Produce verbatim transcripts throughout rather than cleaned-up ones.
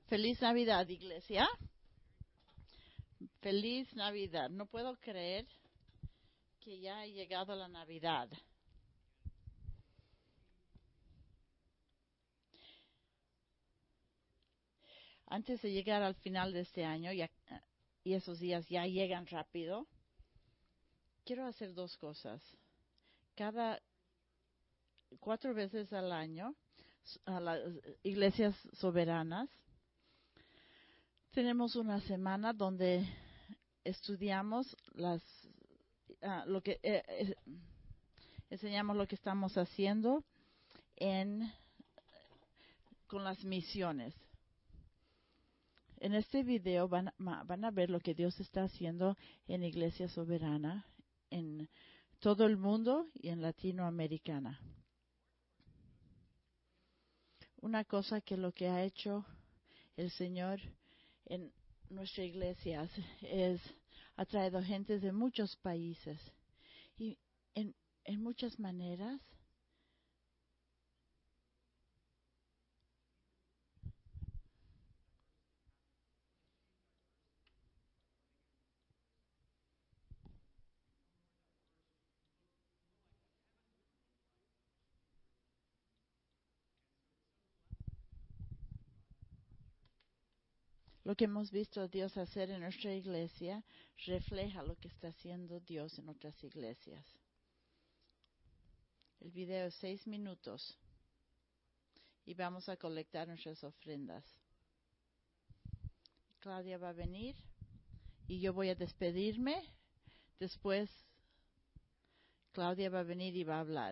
Feliz Navidad, iglesia. Feliz Navidad. No puedo creer que ya ha llegado la Navidad. Antes de llegar al final de este año, ya, y esos días ya llegan rápido, quiero hacer dos cosas. Cada cuatro veces al año, a las iglesias soberanas, tenemos una semana donde estudiamos las, uh, lo que eh, eh, enseñamos lo que estamos haciendo en con las misiones. En este video van, van a ver lo que Dios está haciendo en Iglesia Soberana en todo el mundo y en Latinoamericana. Una cosa que lo que ha hecho el Señor en nuestra iglesia es ha traído gente de muchos países y en, en muchas maneras lo que hemos visto a Dios hacer en nuestra iglesia refleja lo que está haciendo Dios en otras iglesias. El video es seis minutos y vamos a colectar nuestras ofrendas. Claudia va a venir y yo voy a despedirme. Después Claudia va a venir y va a hablar.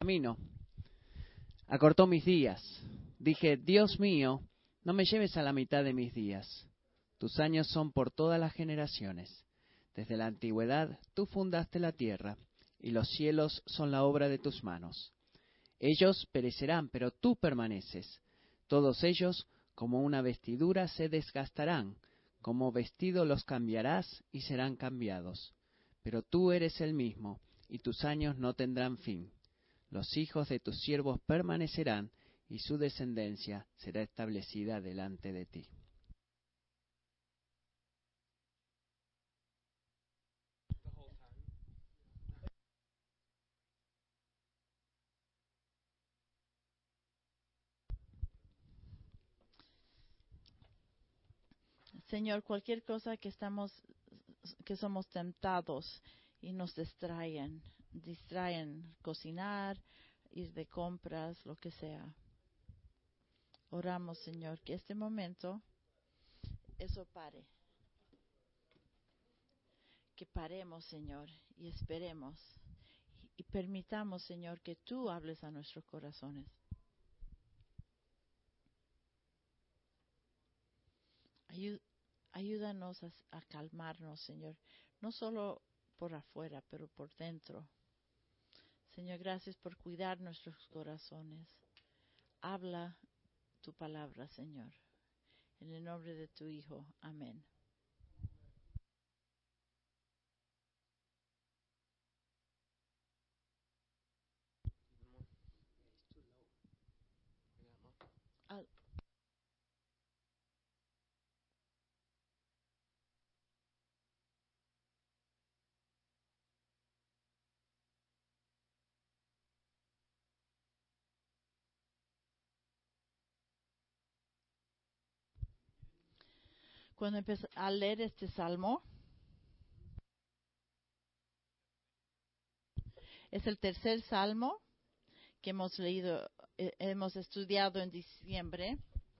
camino. Acortó mis días. Dije, Dios mío, no me lleves a la mitad de mis días. Tus años son por todas las generaciones. Desde la antigüedad tú fundaste la tierra, y los cielos son la obra de tus manos. Ellos perecerán, pero tú permaneces. Todos ellos, como una vestidura, se desgastarán. Como vestido los cambiarás y serán cambiados. Pero tú eres el mismo, y tus años no tendrán fin. Los hijos de tus siervos permanecerán, y su descendencia será establecida delante de ti. Señor, cualquier cosa que estamos, que somos tentados y nos distraen, distraen, cocinar, ir de compras, lo que sea. Oramos, Señor, que este momento eso pare. Que paremos, Señor, y esperemos. Y permitamos, Señor, que tú hables a nuestros corazones. Ayú- ayúdanos a, a calmarnos, Señor, no solo por afuera, pero por dentro. Señor, gracias por cuidar nuestros corazones. Habla tu palabra, Señor. En el nombre de tu Hijo. Amén. Al- Cuando empecé a leer este salmo, es el tercer salmo que hemos leído, eh, hemos estudiado en diciembre.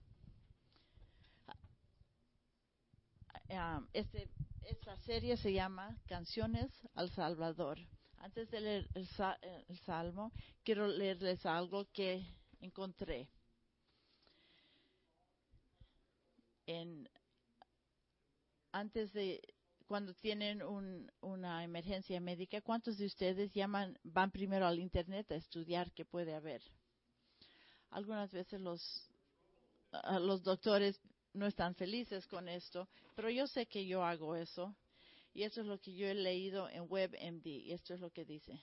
Um, este, esta serie se llama Canciones al Salvador. Antes de leer el, el salmo, quiero leerles algo que encontré en antes de cuando tienen un, una emergencia médica. ¿Cuántos de ustedes llaman van primero al internet a estudiar qué puede haber? Algunas veces los uh, los doctores no están felices con esto, pero yo sé que yo hago eso. Y esto es lo que yo he leído en WebMD. Y esto es lo que dice.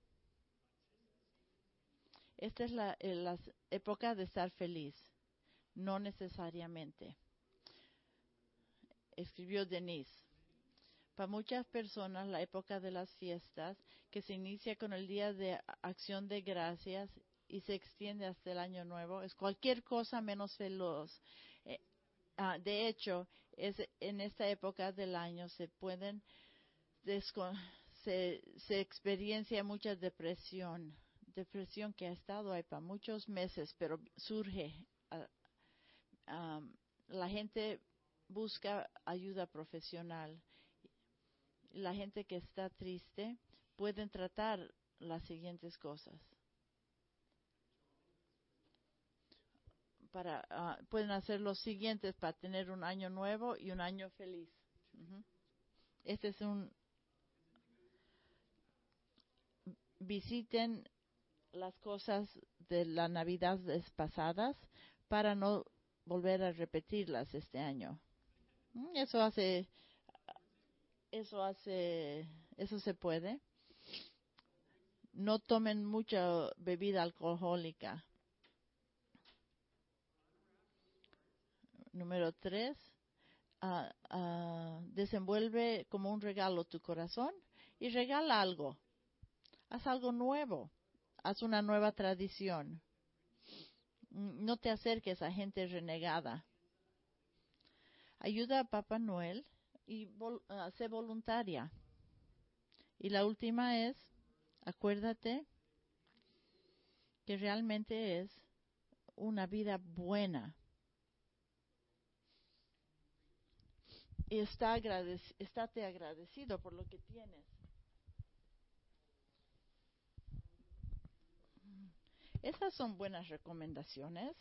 Esta es la, eh, la época de estar feliz. No necesariamente. Escribió Denise. Para muchas personas, la época de las fiestas, que se inicia con el Día de Acción de Gracias y se extiende hasta el Año Nuevo, es cualquier cosa menos feliz. Eh, ah, de hecho, es en esta época del año se pueden descon se, se experiencia mucha depresión, depresión que ha estado ahí para muchos meses, pero surge. Uh, um, la gente busca ayuda profesional. La gente que está triste pueden tratar las siguientes cosas. Para, uh, pueden hacer los siguientes para tener un año nuevo y un año feliz. Uh-huh. Este es un... Visiten las cosas de la Navidad pasadas para no volver a repetirlas este año. Eso hace, eso hace, eso se puede. No tomen mucha bebida alcohólica. Número tres, uh, uh, desenvuelve como un regalo tu corazón y regala algo. Haz algo nuevo. Haz una nueva tradición. No te acerques a gente renegada. Ayuda a Papá Noel y vol uh, sé voluntaria. Y la última es, acuérdate que realmente es una vida buena. Y está agradec estate agradecido por lo que tienes. Esas son buenas recomendaciones.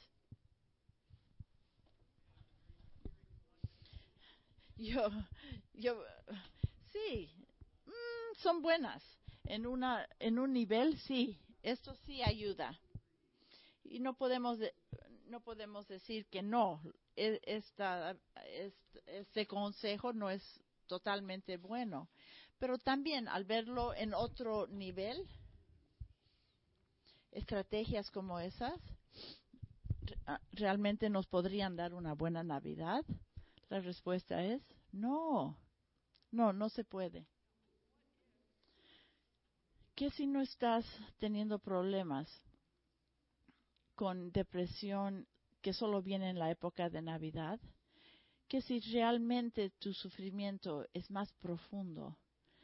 Yo, yo, sí, mm, son buenas. En una, en un nivel, sí. Esto sí ayuda. Y no podemos, de, no podemos decir que no. E, esta, este, este consejo no es totalmente bueno. Pero también al verlo en otro nivel, estrategias como esas realmente nos podrían dar una buena Navidad. La respuesta es no, no, no se puede. ¿Qué si no estás teniendo problemas con depresión que solo viene en la época de Navidad? ¿Qué si realmente tu sufrimiento es más profundo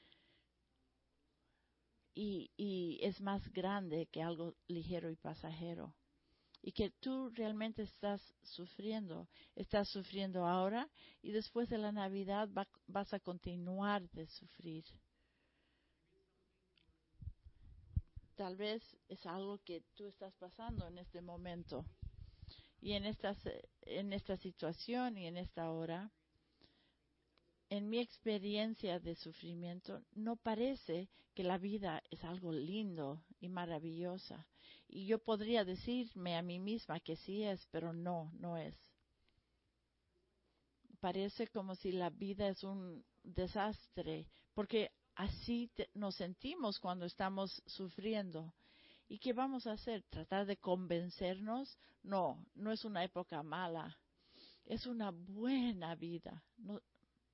y, y es más grande que algo ligero y pasajero? Y que tú realmente estás sufriendo, estás sufriendo ahora y después de la Navidad va, vas a continuar de sufrir. Tal vez es algo que tú estás pasando en este momento y en esta, en esta situación y en esta hora. En mi experiencia de sufrimiento, no parece que la vida es algo lindo y maravillosa. Y yo podría decirme a mí misma que sí es, pero no, no es. Parece como si la vida es un desastre, porque así te, nos sentimos cuando estamos sufriendo. ¿Y qué vamos a hacer? ¿Tratar de convencernos? No, no es una época mala, es una buena vida. No,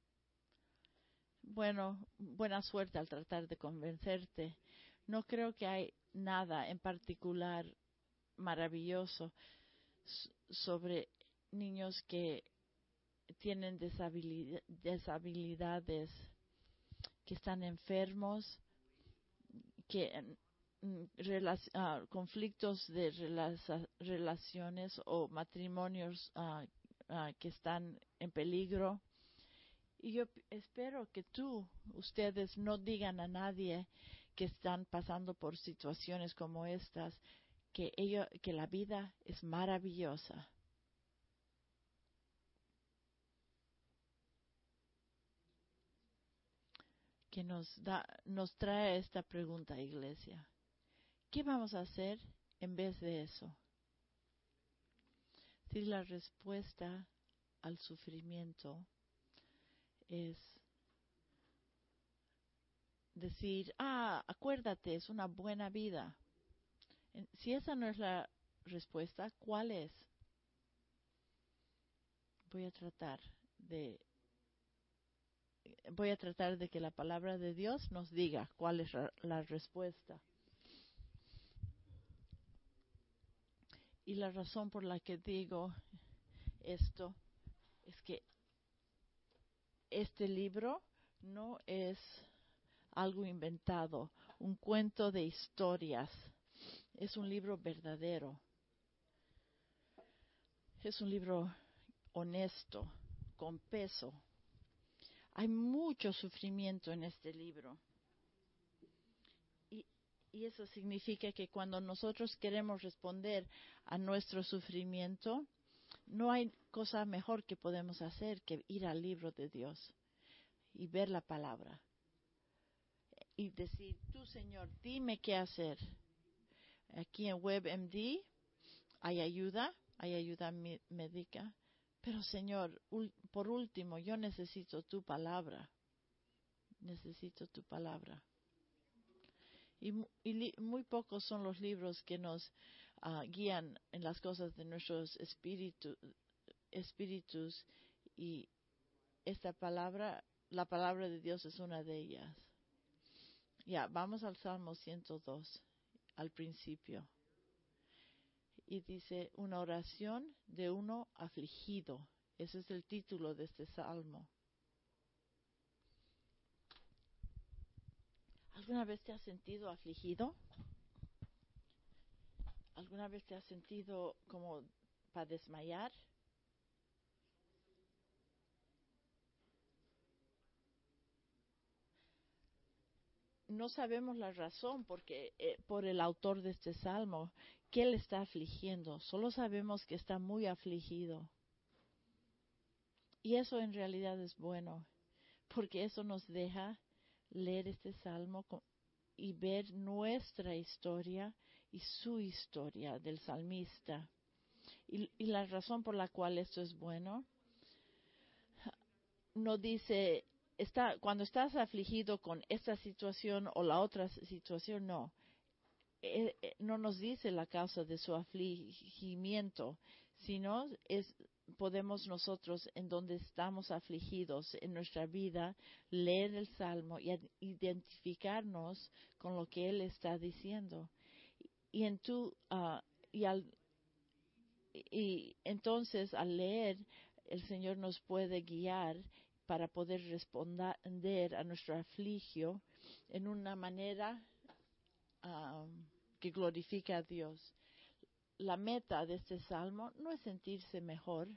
Bueno, buena suerte al tratar de convencerte. No creo que hay nada en particular maravilloso sobre niños que tienen deshabilidad, deshabilidades, que están enfermos, que relac- uh, conflictos de relac- relaciones o matrimonios uh, uh, que están en peligro. Y yo espero que tú, ustedes, no digan a nadie que están pasando por situaciones como estas, que ello, que la vida es maravillosa. Que nos da, nos trae esta pregunta, iglesia. ¿Qué vamos a hacer en vez de eso? Si la respuesta al sufrimiento es decir, ah, acuérdate, es una buena vida. Si esa no es la respuesta, ¿cuál es? Voy a tratar de voy a tratar de que la palabra de Dios nos diga cuál es la respuesta. Y la razón por la que digo esto es que este libro no es algo inventado, un cuento de historias. Es un libro verdadero. Es un libro honesto, con peso. Hay mucho sufrimiento en este libro. Y, y eso significa que cuando nosotros queremos responder a nuestro sufrimiento, no hay cosa mejor que podemos hacer que ir al libro de Dios y ver la palabra. Y decir, tú Señor, dime qué hacer. Aquí en WebMD hay ayuda, hay ayuda médica. Pero Señor, por último, yo necesito tu palabra. Necesito tu palabra. Y, y li, muy pocos son los libros que nos uh, guían en las cosas de nuestros espíritu, espíritus. Y esta palabra, la palabra de Dios es una de ellas. Ya, vamos al Salmo ciento dos, al principio. Y dice, una oración de uno afligido. Ese es el título de este salmo. ¿Alguna vez te has sentido afligido? ¿Alguna vez te has sentido como para desmayar? no sabemos la razón porque eh, por el autor de este salmo, que él está afligiendo. Solo sabemos que está muy afligido. Y eso en realidad es bueno, porque eso nos deja leer este salmo y ver nuestra historia y su historia del salmista. Y, y la razón por la cual esto es bueno, no dice, está, cuando estás afligido con esta situación o la otra situación, no. Eh, eh, no nos dice la causa de su afligimiento, sino es podemos nosotros, en donde estamos afligidos en nuestra vida, leer el Salmo y identificarnos con lo que Él está diciendo. Y, en tu, uh, y, al, y entonces, al leer, el Señor nos puede guiar para poder responder a nuestro afligio en una manera um, que glorifique a Dios. La meta de este salmo no es sentirse mejor.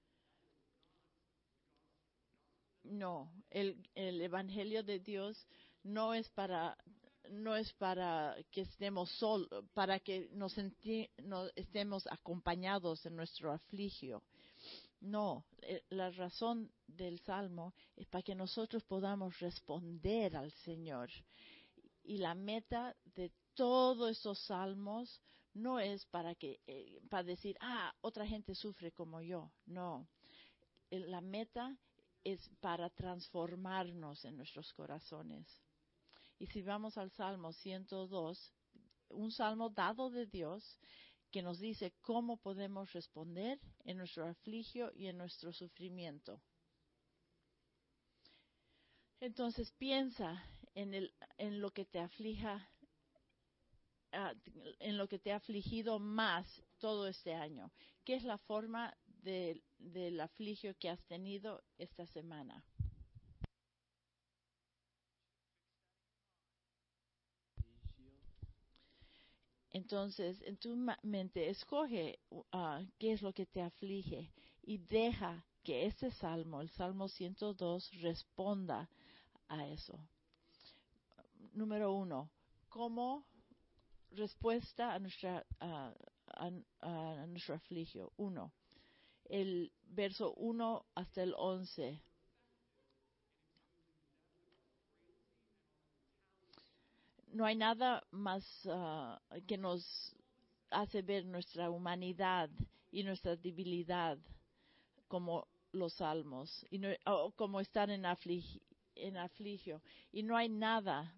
No, el, el evangelio de Dios no es para no es para que estemos solos, para que nos, senti, no estemos acompañados en nuestro afligio. No, la razón del salmo es para que nosotros podamos responder al Señor. Y la meta de todos estos salmos no es para que eh, para decir, ah, otra gente sufre como yo. No, la meta es para transformarnos en nuestros corazones. Y si vamos al Salmo ciento dos, un salmo dado de Dios que nos dice cómo podemos responder en nuestro afligio y en nuestro sufrimiento. Entonces piensa en, el, en lo que te aflija, en lo que te ha afligido más todo este año. ¿Qué es la forma de, del afligio que has tenido esta semana? Entonces, en tu mente, escoge uh, qué es lo que te aflige y deja que este salmo, el Salmo ciento dos, responda a eso. Número uno, como respuesta a, nuestra, uh, a, a nuestro afligio. Uno, el verso uno hasta el once. No hay nada más uh, que nos hace ver nuestra humanidad y nuestra debilidad como los salmos, y no, o como estar en, aflig, en afligio. Y no hay nada.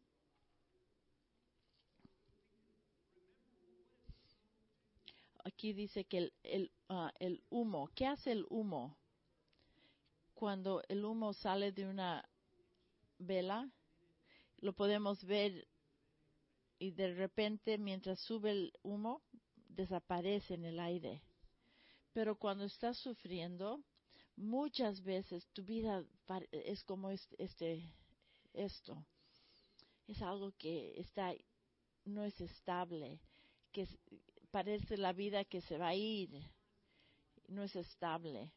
Aquí dice que el, el, uh, el humo, ¿qué hace el humo? Cuando el humo sale de una vela, lo podemos ver y de repente mientras sube el humo, desaparece en el aire. Pero cuando estás sufriendo, muchas veces tu vida es como este, este esto. Es algo que está, no es estable, que es, parece la vida que se va a ir, no es estable.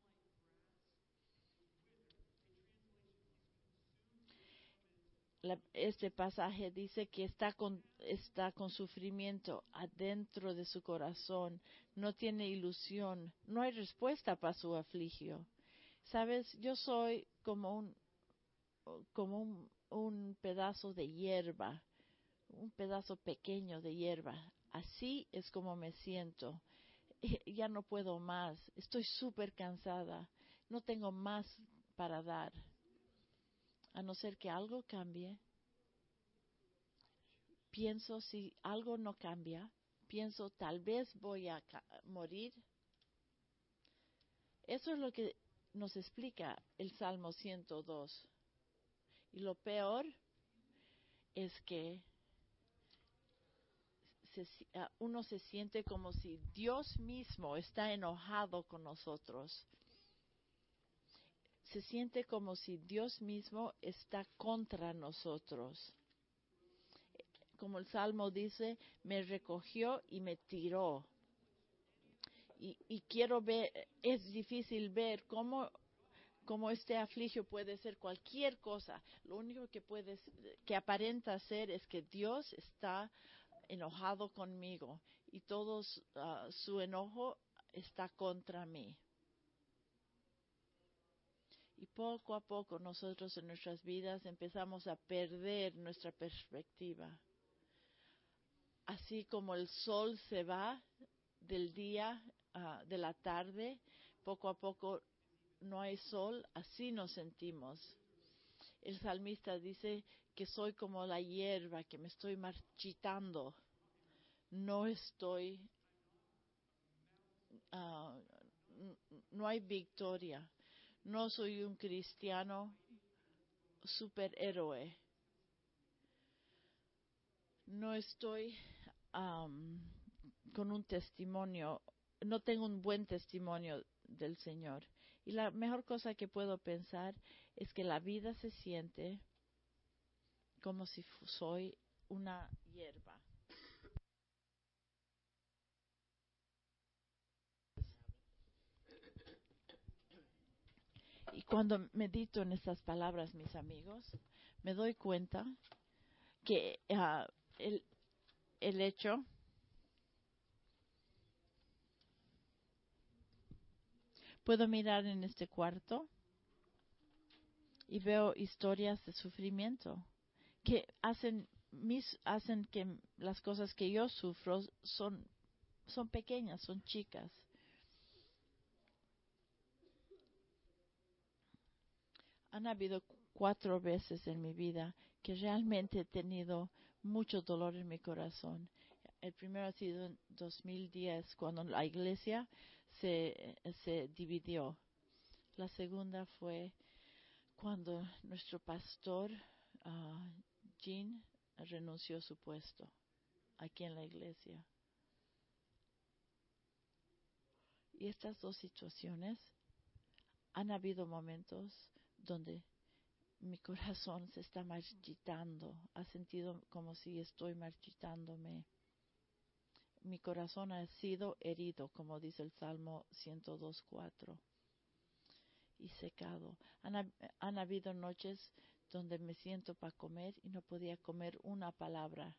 La, este pasaje dice que está con, está con sufrimiento adentro de su corazón, no tiene ilusión, no hay respuesta para su afligio. Sabes, yo soy como un, como un, un pedazo de hierba, un pedazo pequeño de hierba. Así es como me siento. Ya no puedo más, estoy súper cansada, no tengo más para dar. A no ser que algo cambie, pienso si algo no cambia, pienso tal vez voy a morir. Eso es lo que nos explica el Salmo ciento dos. Y lo peor es que se, uno se siente como si Dios mismo está enojado con nosotros. Se siente como si Dios mismo está contra nosotros. Como el Salmo dice, me recogió y me tiró. Y, y quiero ver, es difícil ver cómo como este afligio puede ser cualquier cosa. Lo único que puede, que aparenta ser es que Dios está enojado conmigo y todo uh, su enojo está contra mí. Y poco a poco nosotros en nuestras vidas empezamos a perder nuestra perspectiva. Así como el sol se va del día, uh, de la tarde, poco a poco no hay sol, así nos sentimos. El salmista dice que soy como la hierba, que me estoy marchitando. No estoy, uh, no hay victoria. No soy un cristiano superhéroe. No estoy um, con un testimonio, no tengo un buen testimonio del Señor. Y la mejor cosa que puedo pensar es que la vida se siente como si soy una hierba. Y cuando medito en estas palabras, mis amigos, me doy cuenta que uh, el, el hecho puedo mirar en este cuarto y veo historias de sufrimiento que hacen mis hacen que las cosas que yo sufro son son pequeñas, son chicas. Han habido cuatro veces en mi vida que realmente he tenido mucho dolor en mi corazón. El primero ha sido en dos mil diez, cuando la iglesia se, se dividió. La segunda fue cuando nuestro pastor, uh, Jean, renunció a su puesto aquí en la iglesia. Y estas dos situaciones, han habido momentos donde mi corazón se está marchitando, ha sentido como si estoy marchitándome. Mi corazón ha sido herido, como dice el Salmo ciento dos, cuatro, y secado. Han, han habido noches donde me siento para comer y no podía comer una palabra.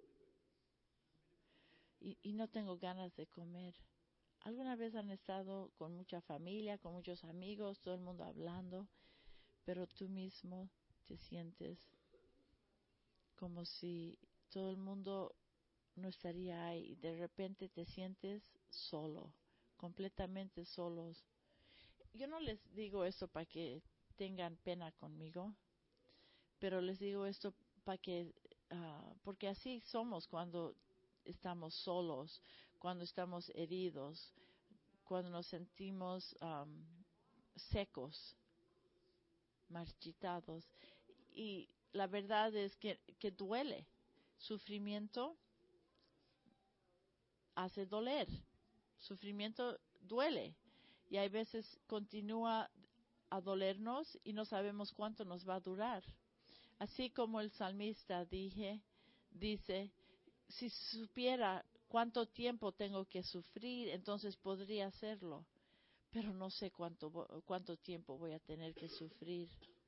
Y, y no tengo ganas de comer. ¿Alguna vez han estado con mucha familia, con muchos amigos, todo el mundo hablando, pero tú mismo te sientes como si todo el mundo no estaría ahí? De repente te sientes solo, completamente solos. Yo no les digo esto para que tengan pena conmigo, pero les digo esto para que, uh, porque así somos cuando estamos solos, cuando estamos heridos, cuando nos sentimos um, secos, marchitados. Y la verdad es que, que duele. Sufrimiento hace doler. Sufrimiento duele. Y hay veces continúa a dolernos y no sabemos cuánto nos va a durar. Así como el salmista dije, dice, si supiera cuánto tiempo tengo que sufrir, entonces podría hacerlo. Pero no sé cuánto, cuánto tiempo voy a tener que sufrir.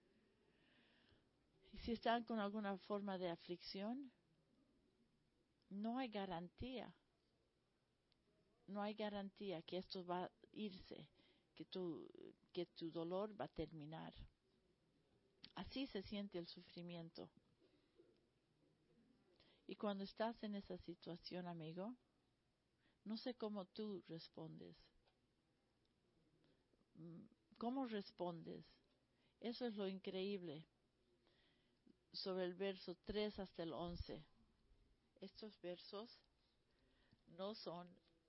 Y si están con alguna forma de aflicción, no hay garantía. No hay garantía que esto va a irse, que tu, que tu dolor va a terminar. Así se siente el sufrimiento. Y cuando estás en esa situación, amigo, no sé cómo tú respondes. ¿Cómo respondes? Eso es lo increíble sobre el verso tres hasta el once. Estos versos no son,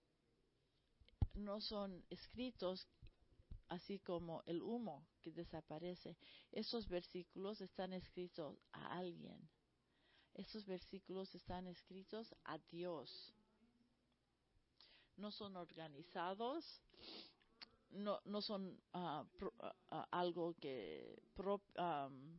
no son escritos así como el humo que desaparece. Estos versículos están escritos a alguien. Estos versículos están escritos a Dios. No son organizados, no, no son uh, pro, uh, uh, algo que pro, um,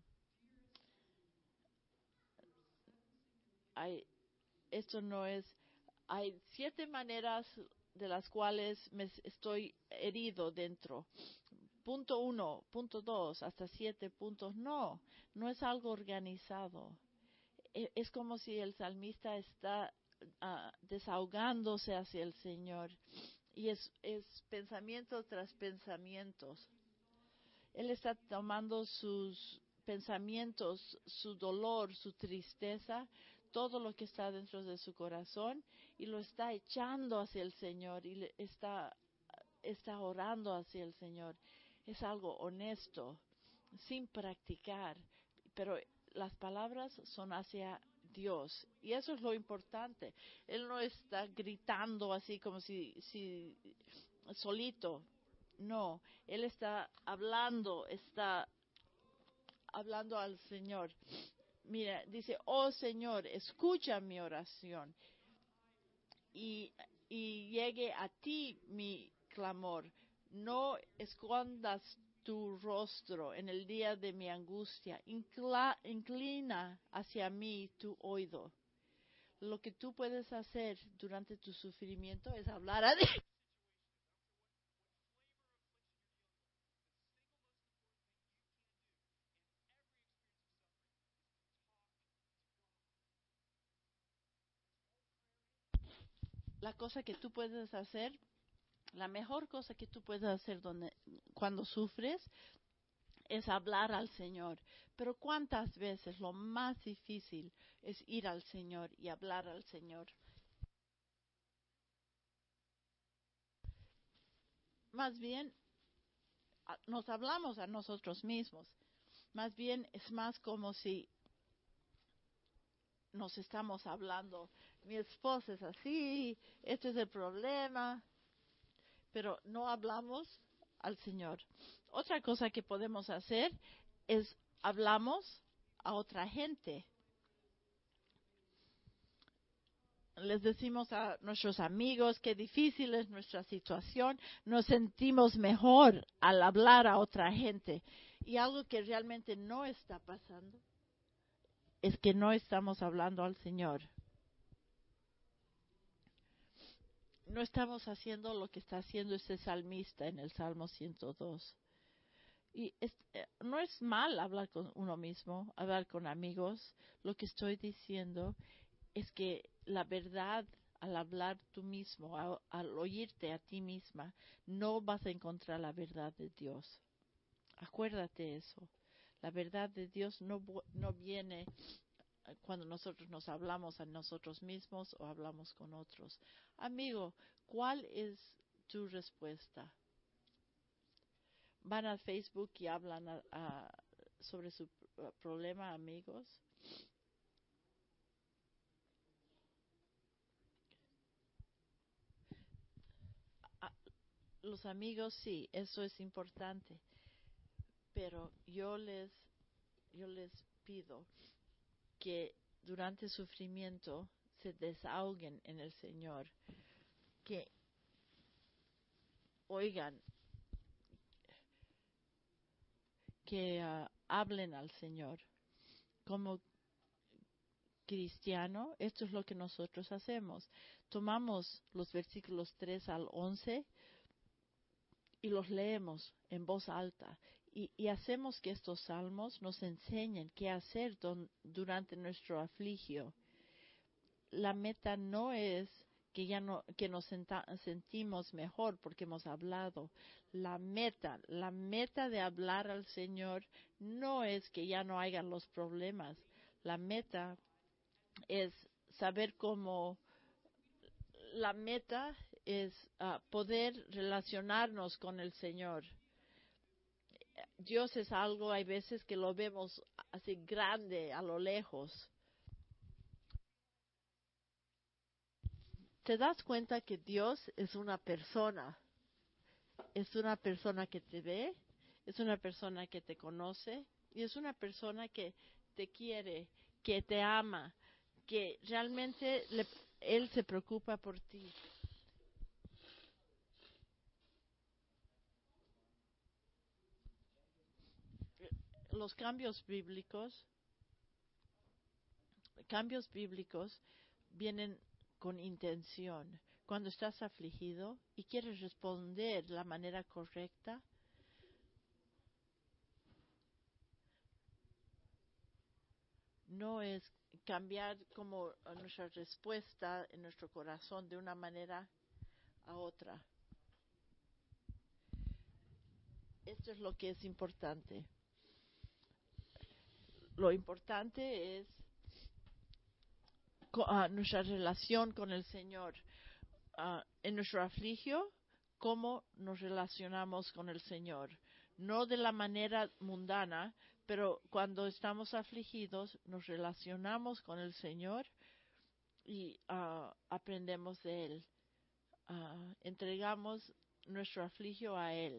hay, esto no es, hay siete maneras de las cuales me estoy herido dentro. punto uno, punto dos, hasta siete puntos. No, no es algo organizado. E- Es como si el salmista está ah, desahogándose hacia el Señor. Y es, es pensamiento tras pensamientos. Él está tomando sus pensamientos, su dolor, su tristeza, todo lo que está dentro de su corazón y lo está echando hacia el Señor y le está, está orando hacia el Señor. Es algo honesto, sin practicar, pero las palabras son hacia Dios y eso es lo importante. Él no está gritando así como si, si solito. No, él está hablando, está hablando al Señor. Mira, dice, oh Señor, escucha mi oración y, y llegue a ti mi clamor. No escondas tu rostro en el día de mi angustia. Incla, inclina hacia mí tu oído. Lo que tú puedes hacer durante tu sufrimiento es hablar a Dios. La cosa que tú puedes hacer, la mejor cosa que tú puedes hacer donde, cuando sufres, es hablar al Señor. Pero ¿cuántas veces lo más difícil es ir al Señor y hablar al Señor? Más bien, a- nos hablamos a nosotros mismos. Más bien es más como si nos estamos hablando. Mi esposa es así, este es el problema, pero no hablamos al Señor. Otra cosa que podemos hacer es hablamos a otra gente. Les decimos a nuestros amigos qué difícil es nuestra situación, nos sentimos mejor al hablar a otra gente. Y algo que realmente no está pasando es que no estamos hablando al Señor. No estamos haciendo lo que está haciendo este salmista en el Salmo ciento dos. Y es, eh, no es mal hablar con uno mismo, hablar con amigos. Lo que estoy diciendo es que la verdad, al hablar tú mismo, al, al oírte a ti misma, no vas a encontrar la verdad de Dios. Acuérdate eso. La verdad de Dios no, no viene cuando nosotros nos hablamos a nosotros mismos o hablamos con otros. Amigo, ¿cuál es tu respuesta? ¿Van a Facebook y hablan a, a, sobre su problema, amigos? A, los amigos, sí, eso es importante. Pero yo les, yo les pido que durante el sufrimiento se desahoguen en el Señor, que oigan, que uh, hablen al Señor. Como cristiano, esto es lo que nosotros hacemos. Tomamos los versículos tres al once y los leemos en voz alta. Y, y hacemos que estos salmos nos enseñen qué hacer don, durante nuestro afligio. La meta no es que ya no, que nos senta, sentimos mejor porque hemos hablado. La meta, la meta de hablar al Señor no es que ya no hayan los problemas. La meta es saber cómo, la meta es uh, poder relacionarnos con el Señor. Dios es algo, hay veces que lo vemos así grande a lo lejos. ¿Te das cuenta que Dios es una persona? Es una persona que te ve, es una persona que te conoce y es una persona que te quiere, que te ama, que realmente le, Él se preocupa por ti. Los cambios bíblicos, cambios bíblicos vienen con intención. Cuando estás afligido y quieres responder de la manera correcta, no es cambiar como nuestra respuesta en nuestro corazón de una manera a otra. Esto es lo que es importante. Lo importante es uh, nuestra relación con el Señor. Uh, en nuestro afligio, cómo nos relacionamos con el Señor. No de la manera mundana, pero cuando estamos afligidos, nos relacionamos con el Señor y uh, aprendemos de Él. Uh, entregamos nuestro afligio a Él.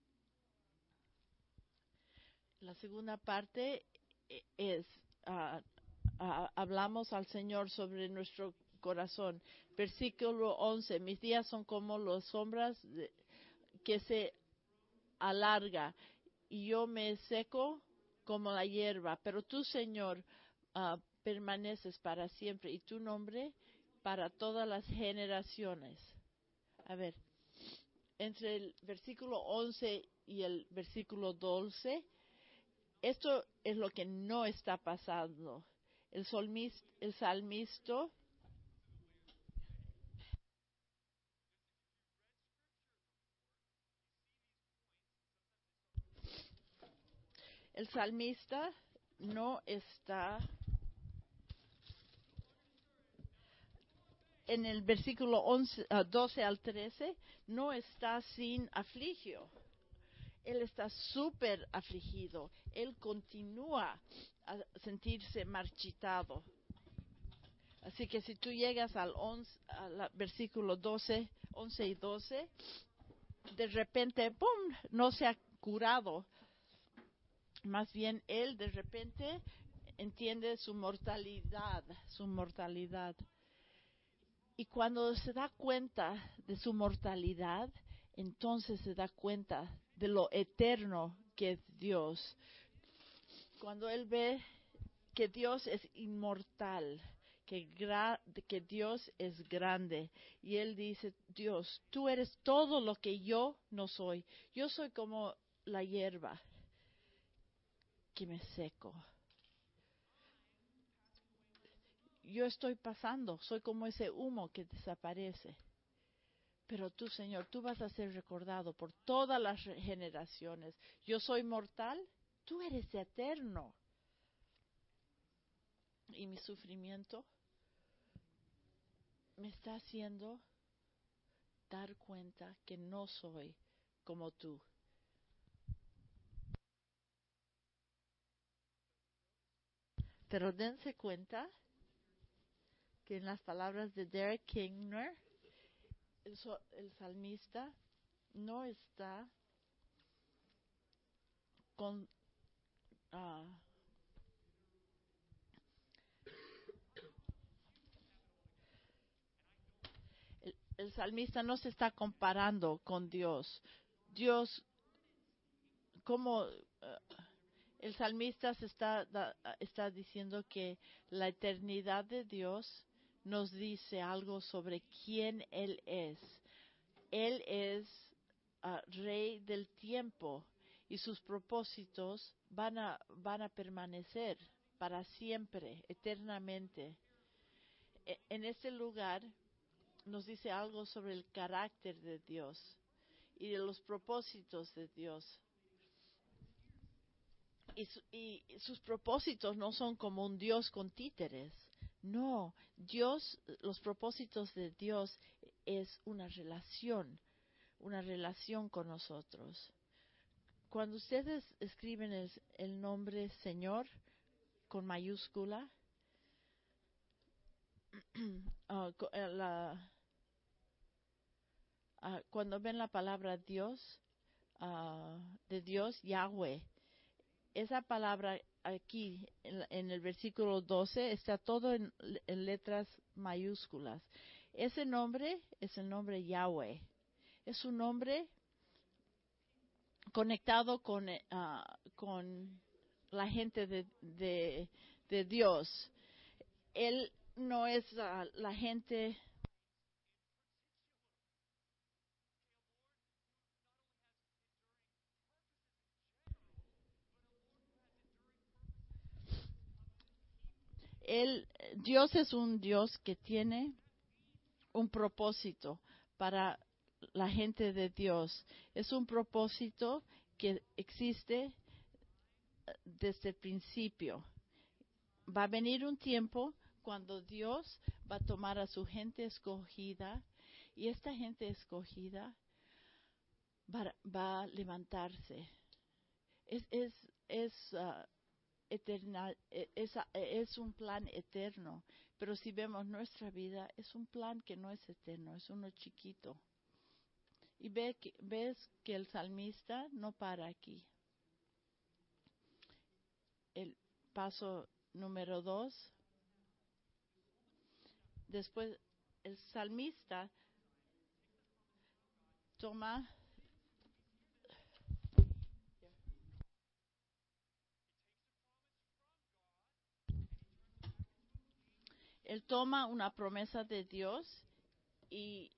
La segunda parte es, uh, uh, hablamos al Señor sobre nuestro corazón. Versículo once, mis días son como las sombras de, que se alarga y yo me seco como la hierba, pero tú, Señor, uh, permaneces para siempre y tu nombre para todas las generaciones. A ver, entre el versículo once y el versículo doce, esto es lo que no está pasando. El salmista, el salmista el salmista no está en el versículo once, uh, doce al trece, no está sin afligio. Él está súper afligido. Él continúa a sentirse marchitado. Así que si tú llegas al, once, al versículo doce, once y doce, de repente, ¡pum!, no se ha curado. Más bien, él de repente entiende su mortalidad, su mortalidad. Y cuando se da cuenta de su mortalidad, entonces se da cuenta de lo eterno que es Dios. Cuando él ve que Dios es inmortal, que, gra- que Dios es grande, y él dice, Dios, tú eres todo lo que yo no soy. Yo soy como la hierba que me seco. Yo estoy pasando, soy como ese humo que desaparece. Pero tú, Señor, tú vas a ser recordado por todas las generaciones. Yo soy mortal, tú eres eterno. Y mi sufrimiento me está haciendo dar cuenta que no soy como tú. Pero dense cuenta que en las palabras de Derek Kingner, el, so, el salmista no está con uh, el, el salmista no se está comparando con Dios. Dios, como uh, el salmista se está, da, está diciendo que la eternidad de Dios nos dice algo sobre quién Él es. Él es uh, rey del tiempo y sus propósitos van a, van a permanecer para siempre, eternamente. E, en este lugar nos dice algo sobre el carácter de Dios y de los propósitos de Dios. Y, su, y sus propósitos no son como un Dios con títeres. No, Dios, los propósitos de Dios es una relación, una relación con nosotros. Cuando ustedes escriben el, el nombre Señor con mayúscula, uh, la, uh, cuando ven la palabra Dios, uh, de Dios, Yahweh, esa palabra aquí en, en el versículo doce está todo en, en letras mayúsculas. Ese nombre es el nombre Yahweh. Es un nombre conectado con, uh, con la gente de, de, de Dios. Él no es uh, la gente Él, Dios es un Dios que tiene un propósito para la gente de Dios. Es un propósito que existe desde el principio. Va a venir un tiempo cuando Dios va a tomar a su gente escogida, y esta gente escogida va, va a levantarse. Es, es, es, uh, eternal, es, es un plan eterno, pero si vemos nuestra vida, es un plan que no es eterno, es uno chiquito. Y ve que, ves que el salmista no para aquí. El paso número dos. Después, el salmista toma él toma una promesa de Dios y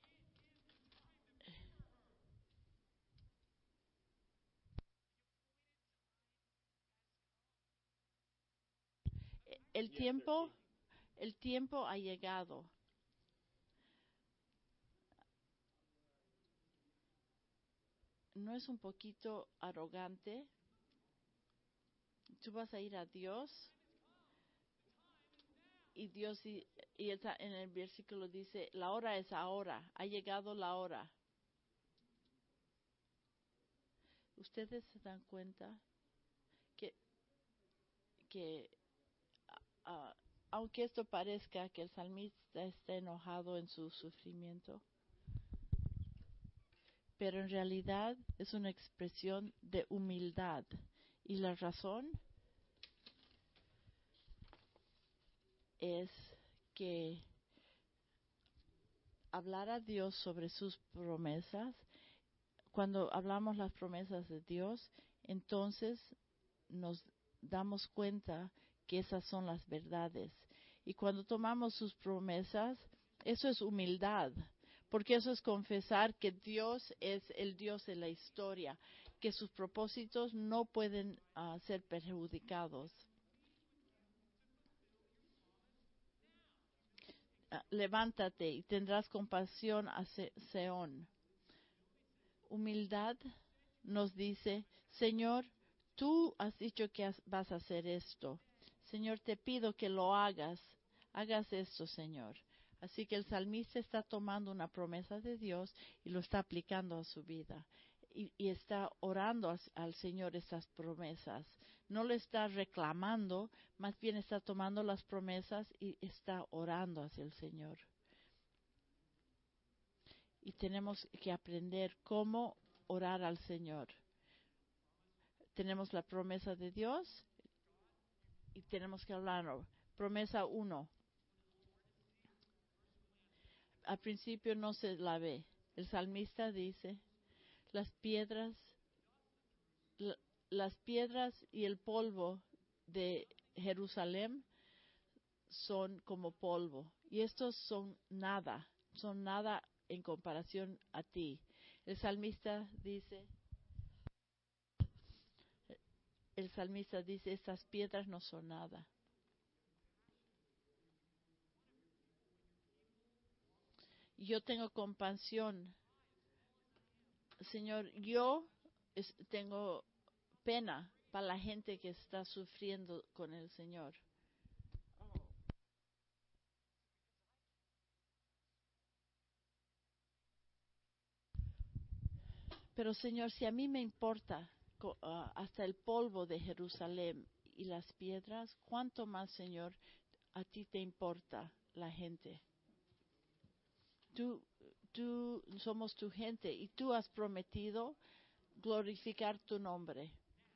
el tiempo el tiempo ha llegado. ¿No es un poquito arrogante? Tú vas a ir a Dios y Dios y, y está en el versículo dice, la hora es ahora, ha llegado la hora. ¿Ustedes se dan cuenta que, que uh, aunque esto parezca que el salmista está enojado en su sufrimiento, pero en realidad es una expresión de humildad? Y la razón es que hablar a Dios sobre sus promesas, cuando hablamos las promesas de Dios, entonces nos damos cuenta que esas son las verdades. Y cuando tomamos sus promesas, eso es humildad, porque eso es confesar que Dios es el Dios de la historia, que sus propósitos no pueden uh, ser perjudicados. Uh, levántate y tendrás compasión a Seón. Humildad nos dice, Señor, tú has dicho que has, vas a hacer esto. Señor, te pido que lo hagas. Hagas esto, Señor. Así que el salmista está tomando una promesa de Dios y lo está aplicando a su vida. Y, y está orando al, al Señor esas promesas. No le está reclamando, más bien está tomando las promesas y está orando hacia el Señor. Y tenemos que aprender cómo orar al Señor. Tenemos la promesa de Dios y tenemos que hablar. Promesa uno. Al principio no se la ve. El salmista dice, las piedras, la, las piedras y el polvo de Jerusalén son como polvo. Y estos son nada, son nada en comparación a ti. El salmista dice, el salmista dice, estas piedras no son nada. Yo tengo compasión. Señor, yo es, tengo pena para la gente que está sufriendo con el Señor. Pero Señor, si a mí me importa uh, hasta el polvo de Jerusalén y las piedras, ¿cuánto más, Señor, a ti te importa la gente? Tú, tú somos tu gente y tú has prometido glorificar tu nombre.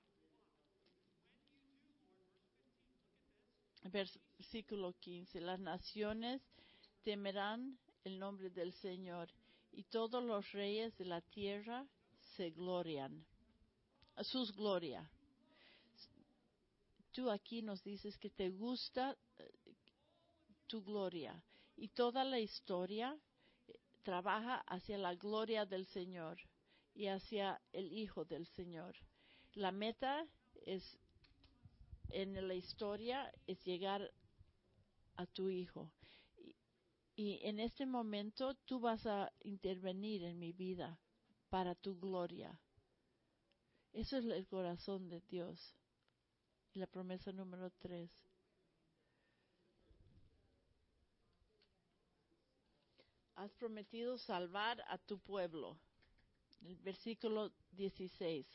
Versículo quince. Las naciones temerán el nombre del Señor y todos los reyes de la tierra se glorian. Sus gloria. Tú aquí nos dices que te gusta tu gloria y toda la historia trabaja hacia la gloria del Señor y hacia el Hijo del Señor. La meta es en la historia es llegar a tu hijo. Y, y en este momento tú vas a intervenir en mi vida para tu gloria. Eso es el corazón de Dios. Y la promesa número tres. Has prometido salvar a tu pueblo. El versículo dieciséis.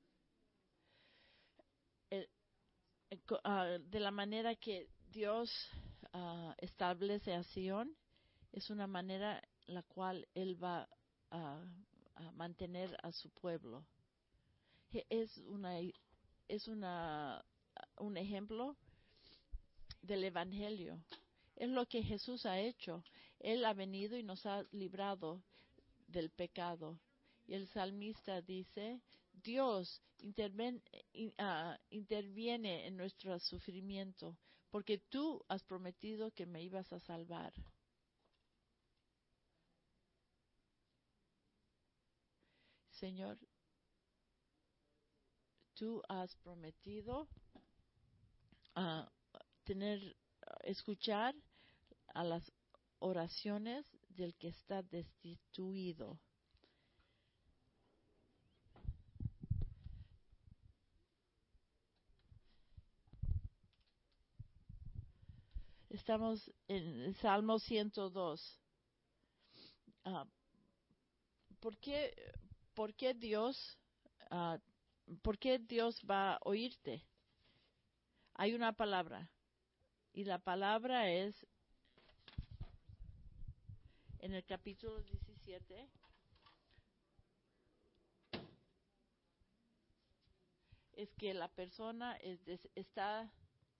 El, el, uh, de la manera que Dios uh, establece a Sion, es una manera la cual Él va uh, a mantener a su pueblo. Es una es una un ejemplo del Evangelio. Es lo que Jesús ha hecho. Él ha venido y nos ha librado del pecado. Y el salmista dice, Dios interven, uh, interviene en nuestro sufrimiento, porque tú has prometido que me ibas a salvar. Señor, tú has prometido uh, tener, uh, escuchar a las oraciones del que está destituido. Estamos en el Salmo ciento dos. Uh, ¿por qué, por qué Dios, uh, por qué Dios va a oírte? Hay una palabra, y la palabra es en el capítulo diecisiete. Es que la persona es des, está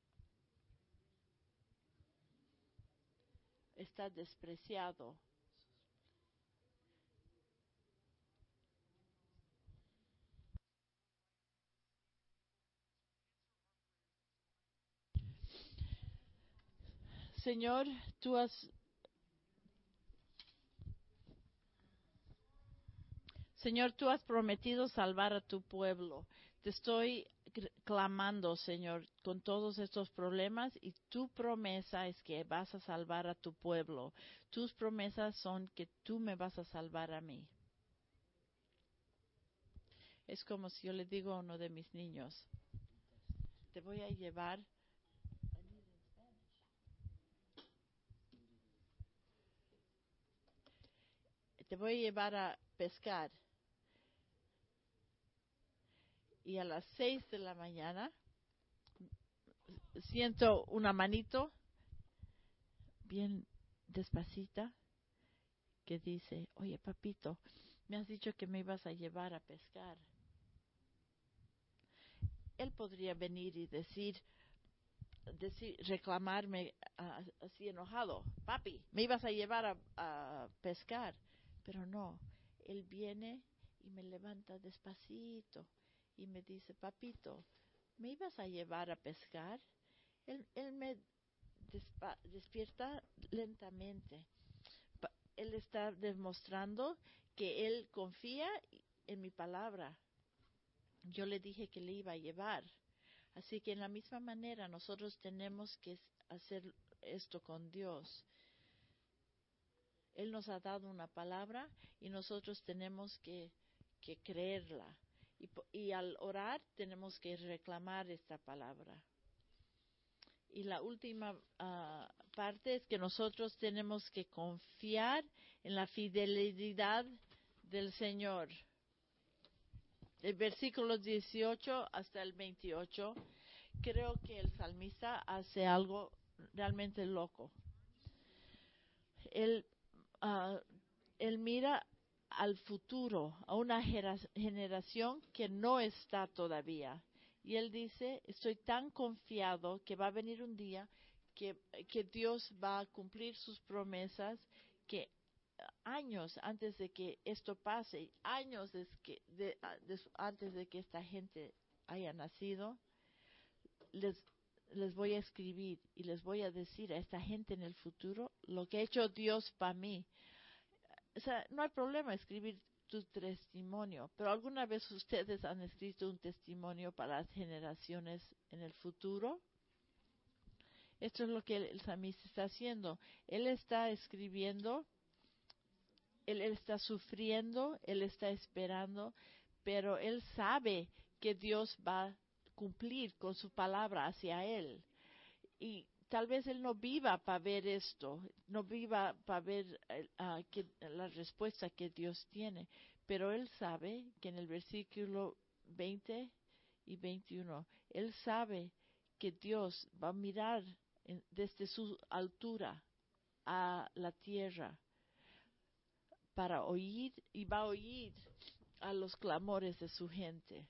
está despreciado. Señor, tú has Señor, tú has prometido salvar a tu pueblo. Te estoy clamando, Señor, con todos estos problemas, y tu promesa es que vas a salvar a tu pueblo. Tus promesas son que tú me vas a salvar a mí. Es como si yo le digo a uno de mis niños, te voy a llevar te voy a llevar a pescar. Y a las seis de la mañana siento una manito bien despacita que dice, oye papito, me has dicho que me ibas a llevar a pescar. Él podría venir y decir, decir reclamarme uh, así enojado, papi, me ibas a llevar a, a pescar. Pero no, él viene y me levanta despacito y me dice, papito, ¿me ibas a llevar a pescar? Él, él me despa- despierta lentamente. Pa- él está demostrando que él confía en mi palabra. Yo le dije que le iba a llevar. Así que en la misma manera nosotros tenemos que hacer esto con Dios. Él nos ha dado una palabra y nosotros tenemos que, que creerla. Y, y al orar tenemos que reclamar esta palabra. Y la última uh, parte es que nosotros tenemos que confiar en la fidelidad del Señor. El versículo dieciocho hasta el veintiocho, creo que el salmista hace algo realmente loco. Él, uh, él mira al futuro, a una generación que no está todavía. Y él dice, estoy tan confiado que va a venir un día que, que Dios va a cumplir sus promesas, que años antes de que esto pase, años de que, de, de, antes de que esta gente haya nacido, les, les voy a escribir y les voy a decir a esta gente en el futuro lo que ha hecho Dios para mí. O sea, no hay problema escribir tu testimonio, pero ¿alguna vez ustedes han escrito un testimonio para las generaciones en el futuro? Esto es lo que el, el salmista está haciendo. Él está escribiendo, él, él está sufriendo, él está esperando, pero él sabe que Dios va a cumplir con su palabra hacia él. Y tal vez él no viva para ver esto, no viva para ver uh, que, la respuesta que Dios tiene, pero él sabe que en el versículo veinte y veintiuno, él sabe que Dios va a mirar en, desde su altura a la tierra para oír y va a oír a los clamores de su gente.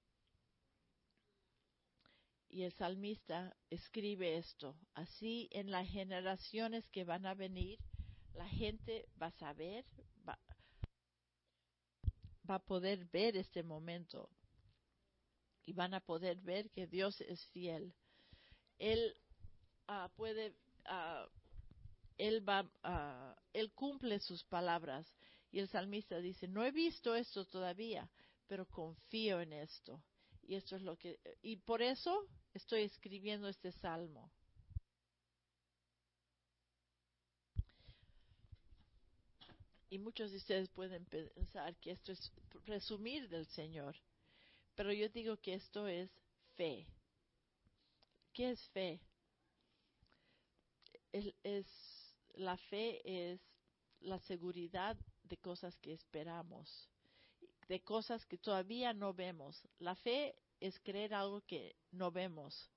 Y el salmista escribe esto: así en las generaciones que van a venir, la gente va a saber, va, va a poder ver este momento y van a poder ver que Dios es fiel. Él uh, puede, uh, él va, uh, él cumple sus palabras. Y el salmista dice: no he visto esto todavía, pero confío en esto. Y esto es lo que, y por eso estoy escribiendo este salmo. Y muchos de ustedes pueden pensar que esto es presumir del Señor, pero yo digo que esto es fe. ¿Qué es fe? Es, es, la fe es la seguridad de cosas que esperamos, de cosas que todavía no vemos. La fe es creer algo que no vemos.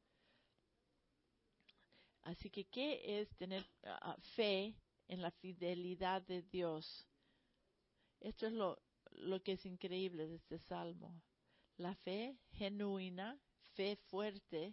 Así que, ¿qué es tener uh, fe en la fidelidad de Dios? Esto es lo, lo que es increíble de este salmo. La fe genuina, fe fuerte,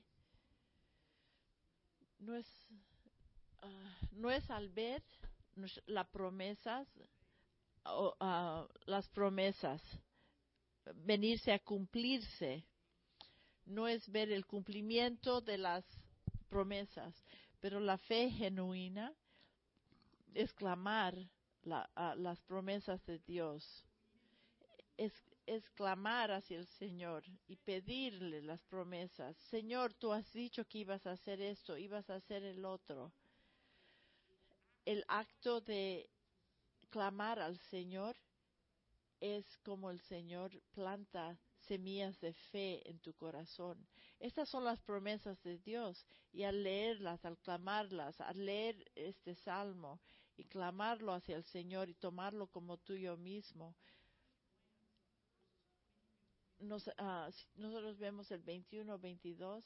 no es, uh, no es al ver las promesas, uh, uh, las promesas venirse a cumplirse. No es ver el cumplimiento de las promesas, pero la fe genuina es clamar la, a las promesas de Dios, es, es clamar hacia el Señor y pedirle las promesas. Señor, tú has dicho que ibas a hacer esto, ibas a hacer el otro. El acto de clamar al Señor es como el Señor planta semillas de fe en tu corazón. Estas son las promesas de Dios, y al leerlas, al clamarlas, al leer este salmo y clamarlo hacia el Señor y tomarlo como tuyo mismo, nos, uh, nosotros vemos el veintiuno, veintidós,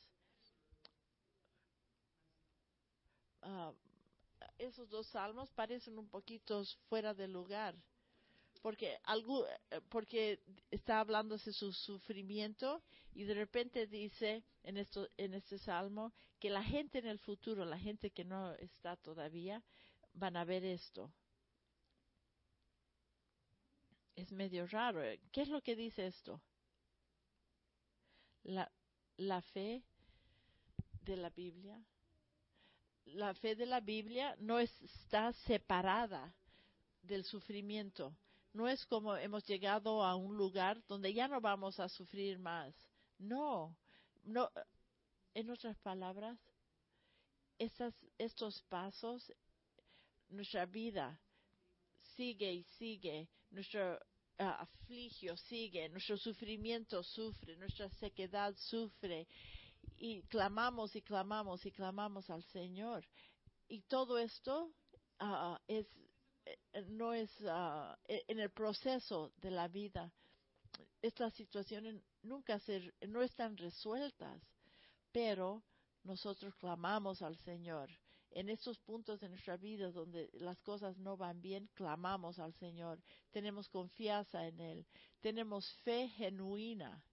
uh, esos dos salmos parecen un poquito fuera de lugar, porque algo, porque está hablándose de su sufrimiento, y de repente dice en esto, en este salmo, que la gente en el futuro, la gente que no está todavía, van a ver esto. Es medio raro. ¿Qué es lo que dice esto? La, la fe de la Biblia. La fe de la Biblia no es, está separada del sufrimiento. No es como hemos llegado a un lugar donde ya no vamos a sufrir más. No, no. En otras palabras, estas, estos pasos, nuestra vida sigue y sigue, nuestro uh, afligio sigue, nuestro sufrimiento sufre, nuestra sequedad sufre, y clamamos y clamamos y clamamos al Señor. Y todo esto uh, es no es uh, en el proceso de la vida. Estas situaciones nunca se, no están resueltas, pero nosotros clamamos al Señor. En estos puntos de nuestra vida donde las cosas no van bien, clamamos al Señor. Tenemos confianza en Él. Tenemos fe genuina.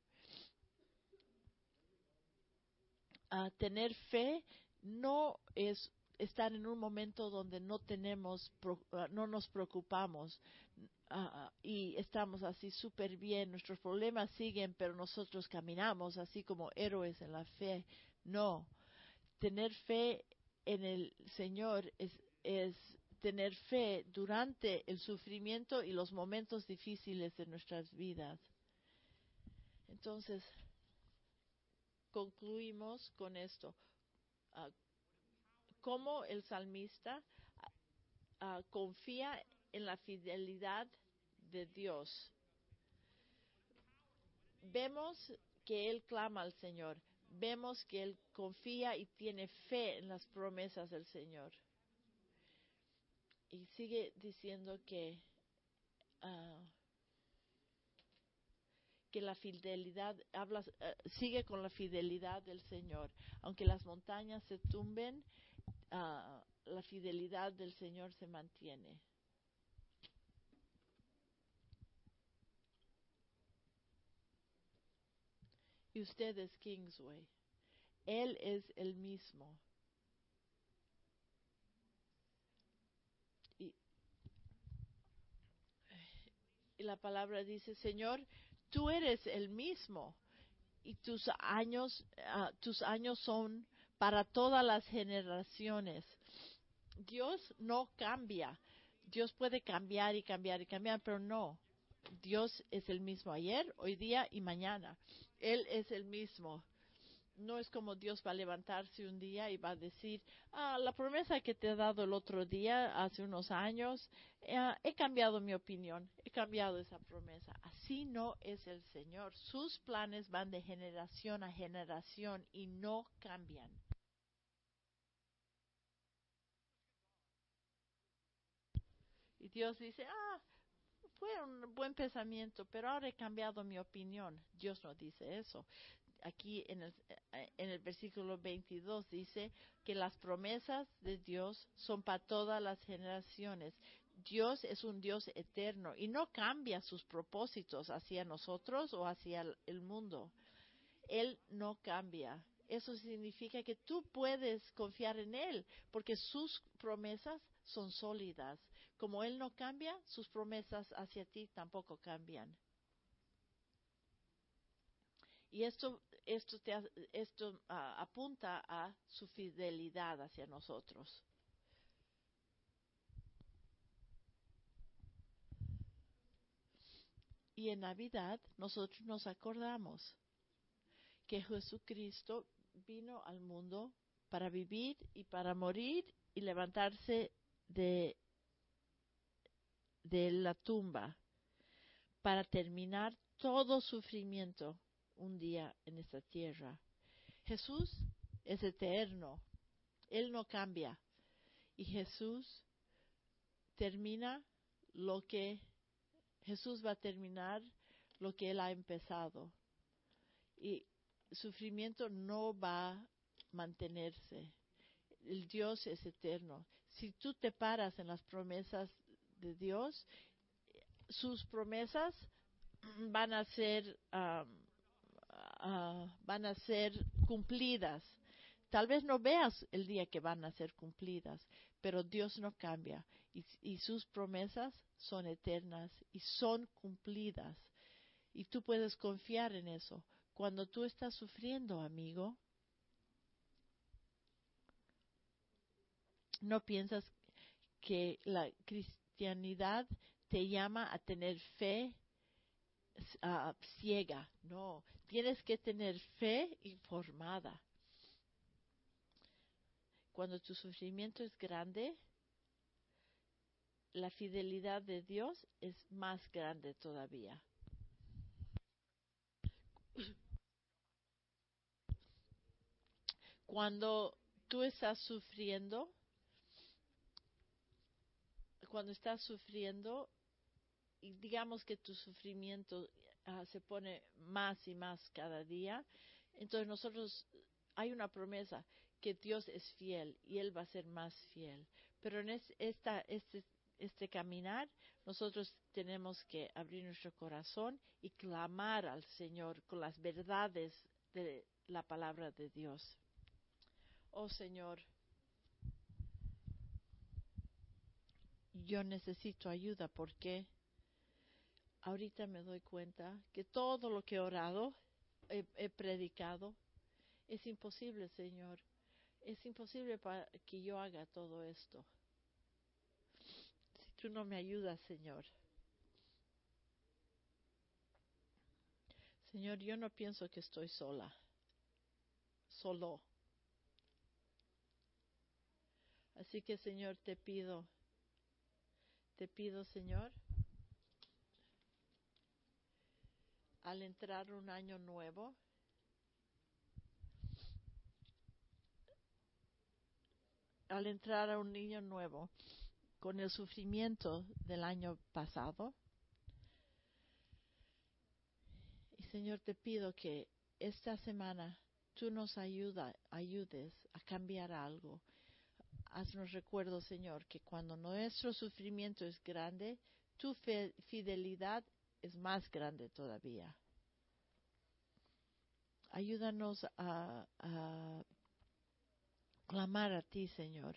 Uh, tener fe no es estar en un momento donde no tenemos, no nos preocupamos uh, y estamos así súper bien, nuestros problemas siguen, pero nosotros caminamos así como héroes en la fe. No, tener fe en el Señor es, es tener fe durante el sufrimiento y los momentos difíciles de nuestras vidas. Entonces, concluimos con esto. Uh, cómo el salmista uh, confía en la fidelidad de Dios. Vemos que él clama al Señor. Vemos que él confía y tiene fe en las promesas del Señor. Y sigue diciendo que uh, que la fidelidad, habla, uh, sigue con la fidelidad del Señor. Aunque las montañas se tumben, uh, la fidelidad del Señor se mantiene. Y usted es Kingsway. Él es el mismo. Y, y la palabra dice, Señor, tú eres el mismo. Y tus años, uh, tus años son para todas las generaciones. Dios no cambia. Dios puede cambiar y cambiar y cambiar, pero no. Dios es el mismo ayer, hoy día y mañana. Él es el mismo. No es como Dios va a levantarse un día y va a decir, ah, la promesa que te he dado el otro día, hace unos años, eh, he cambiado mi opinión, he cambiado esa promesa. Así no es el Señor. Sus planes van de generación a generación y no cambian. Y Dios dice, ah, fue un buen pensamiento, pero ahora he cambiado mi opinión. Dios no dice eso. Aquí en el, en el versículo veintidós dice que las promesas de Dios son para todas las generaciones. Dios es un Dios eterno y no cambia sus propósitos hacia nosotros o hacia el mundo. Él no cambia. Eso significa que tú puedes confiar en Él, porque sus promesas son sólidas. Como Él no cambia, sus promesas hacia ti tampoco cambian. Y esto, esto, te, esto uh, apunta a su fidelidad hacia nosotros. Y en Navidad nosotros nos acordamos que Jesucristo vino al mundo para vivir y para morir y levantarse de, de la tumba para terminar todo sufrimiento un día en esta tierra. Jesús es eterno, Él no cambia, y Jesús termina lo que Jesús va a terminar lo que Él ha empezado, y sufrimiento no va a mantenerse. El Dios es eterno. Si tú te paras en las promesas de Dios, sus promesas van a ser um, Uh, van a ser cumplidas. Tal vez no veas el día que van a ser cumplidas, pero Dios no cambia y, y sus promesas son eternas y son cumplidas. Y tú puedes confiar en eso. Cuando tú estás sufriendo, amigo, no piensas que la cristianidad te llama a tener fe Uh, ciega, no, tienes que tener fe informada. Cuando tu sufrimiento es grande, la fidelidad de Dios es más grande todavía. Cuando tú estás sufriendo, cuando estás sufriendo, y digamos que tu sufrimiento uh, se pone más y más cada día, entonces nosotros, hay una promesa que Dios es fiel y Él va a ser más fiel. Pero en es, esta, este, este caminar, nosotros tenemos que abrir nuestro corazón y clamar al Señor con las verdades de la palabra de Dios. Oh Señor, yo necesito ayuda porque ahorita me doy cuenta que todo lo que he orado, he, he predicado, es imposible, Señor. Es imposible para que yo haga todo esto. Si tú no me ayudas, Señor. Señor, yo no pienso que estoy sola. Solo. Así que, Señor, te pido, te pido, Señor, al entrar un año nuevo, al entrar a un niño nuevo, con el sufrimiento del año pasado, y Señor, te pido que esta semana tú nos ayuda, ayudes a cambiar algo. Haznos recuerdo, Señor, que cuando nuestro sufrimiento es grande, tu fe- fidelidad es más grande todavía. Ayúdanos a, a clamar a ti, Señor,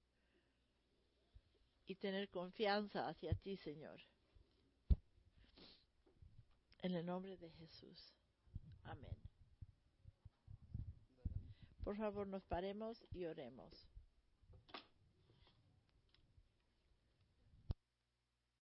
y tener confianza hacia ti, Señor. En el nombre de Jesús. Amén. Por favor, nos paremos y oremos.